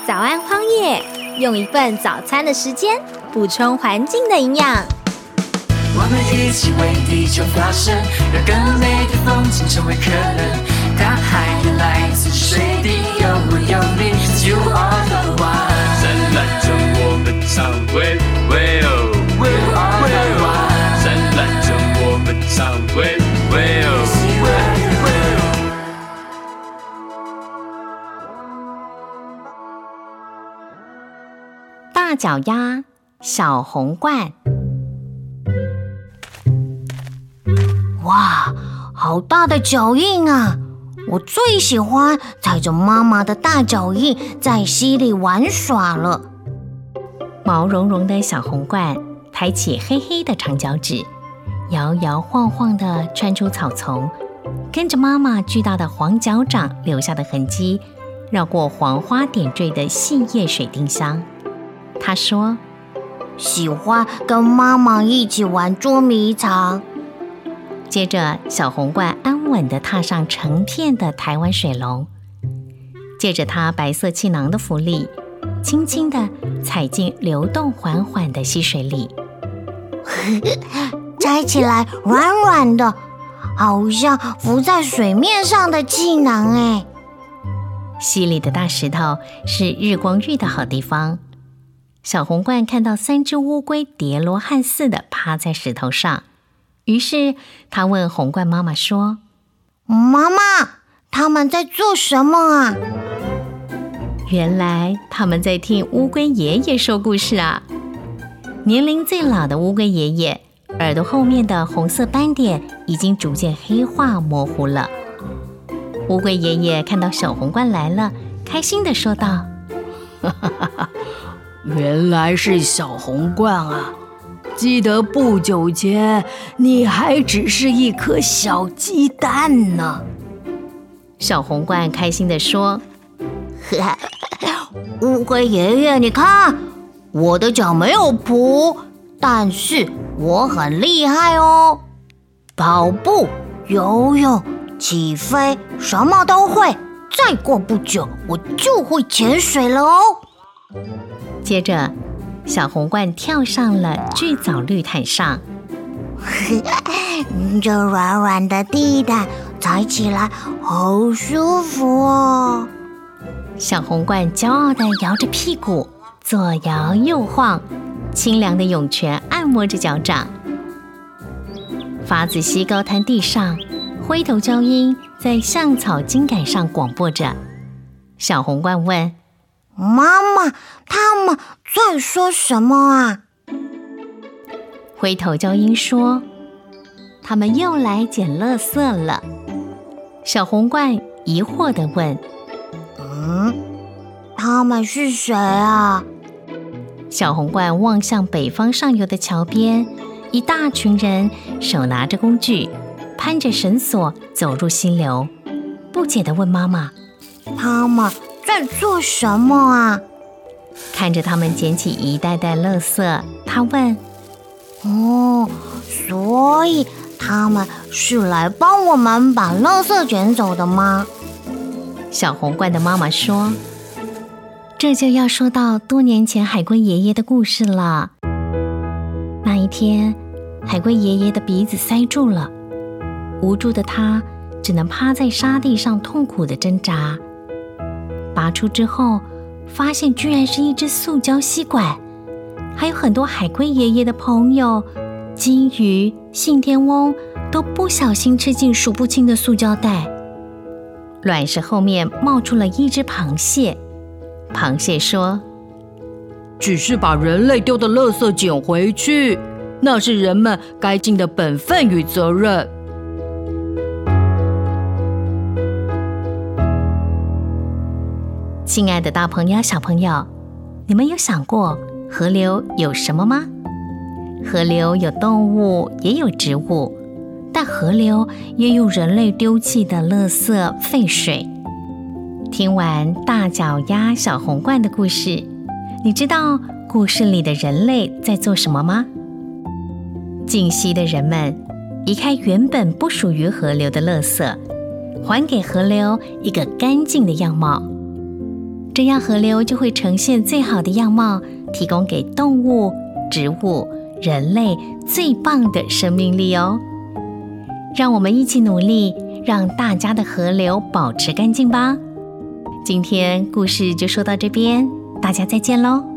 早安荒野，用一份早餐的时间补充环境的营养。 我们一起为地球发声，让更美的风景成为可能。大海也来自水滴，有我有你 ，You are the one。 灿烂中我们唱喂喂哦 You are the one。 灿烂中我们唱喂喂哦。 大脚丫，小红冠。 哇，好大的脚印啊！我最喜欢踩着妈妈的大脚印在溪里玩耍了。 毛茸茸的小红冠抬起黑黑的长脚趾，摇摇晃晃地穿出草丛，跟着妈妈巨大的黄脚掌留下的痕迹，绕过黄花点缀的细叶水丁香。他说：“ 喜欢跟妈妈一起玩捉迷藏。” 接着，小红冠安稳地踏上成片的台湾水龙，借着它白色气囊的浮力，轻轻地踩进流动缓缓的溪水里。 摘起来软软的，好像浮在水面上的气囊哎。 溪里的大石头是日光浴的好地方。小红冠看到3只乌龟叠罗汉似的趴在石头上，于是他问红冠妈妈说：“ 妈妈，他们在做什么啊？” 原来他们在听乌龟爷爷说故事啊。年龄最老的乌龟爷爷，耳朵后面的红色斑点已经逐渐黑化模糊了。乌龟爷爷看到小红冠来了，开心地说道：“ 哈哈哈哈，原来是小红冠啊！记得不久前你还只是一颗小鸡蛋呢。” 小红冠开心地说：“ 乌龟爷爷，你看，我的脚没有蹼，但是我很厉害哦，跑步、游泳、起飞，什么都会。再过不久，我就会潜水了哦。” 接着，小红冠跳上了巨藻绿毯上。 这软软的地毯踩起来好舒服哦。 小红冠骄傲地摇着屁股，左摇右晃，清凉的涌泉按摩着脚掌。法子溪高滩地上，灰头鹪鹰在橡草茎杆上广播着。小红冠问：“ 妈妈，他们在说什么啊？” 灰头鹪鹰说：“他们又来捡垃圾了。”小红冠疑惑地问：“ 他们是谁啊？” 小红冠望向北方上游的桥边，一大群人手拿着工具，攀着绳索走入溪流，不解地问妈妈：“ 他们在做什么啊？” 看着他们捡起一袋袋垃圾，他问：“ 所以他们是来帮我们把垃圾捡走的吗？” 小红冠的妈妈说：“这就要说到多年前海龟爷爷的故事了。那一天，海龟爷爷的鼻子塞住了，无助的他只能趴在沙地上痛苦地挣扎。拔出之后，发现居然是一只塑胶吸管，还有很多海龟爷爷的朋友，金鱼、信天翁都不小心吃进数不清的塑胶袋。卵石后面冒出了一只螃蟹，螃蟹说：“ 只是把人类丢的垃圾捡回去，那是人们该尽的本分与责任。” 亲爱的大朋友、小朋友，你们有想过河流有什么吗？河流有动物，也有植物，但河流也有人类丢弃的垃圾废水。听完大脚丫小红冠的故事，你知道故事里的人类在做什么吗？静溪的人们移开原本不属于河流的垃圾，还给河流一个干净的样貌。 这样河流就会呈现最好的样貌，提供给动物、植物、人类最棒的生命力哦。让我们一起努力，让大家的河流保持干净吧。今天故事就说到这边，大家再见喽。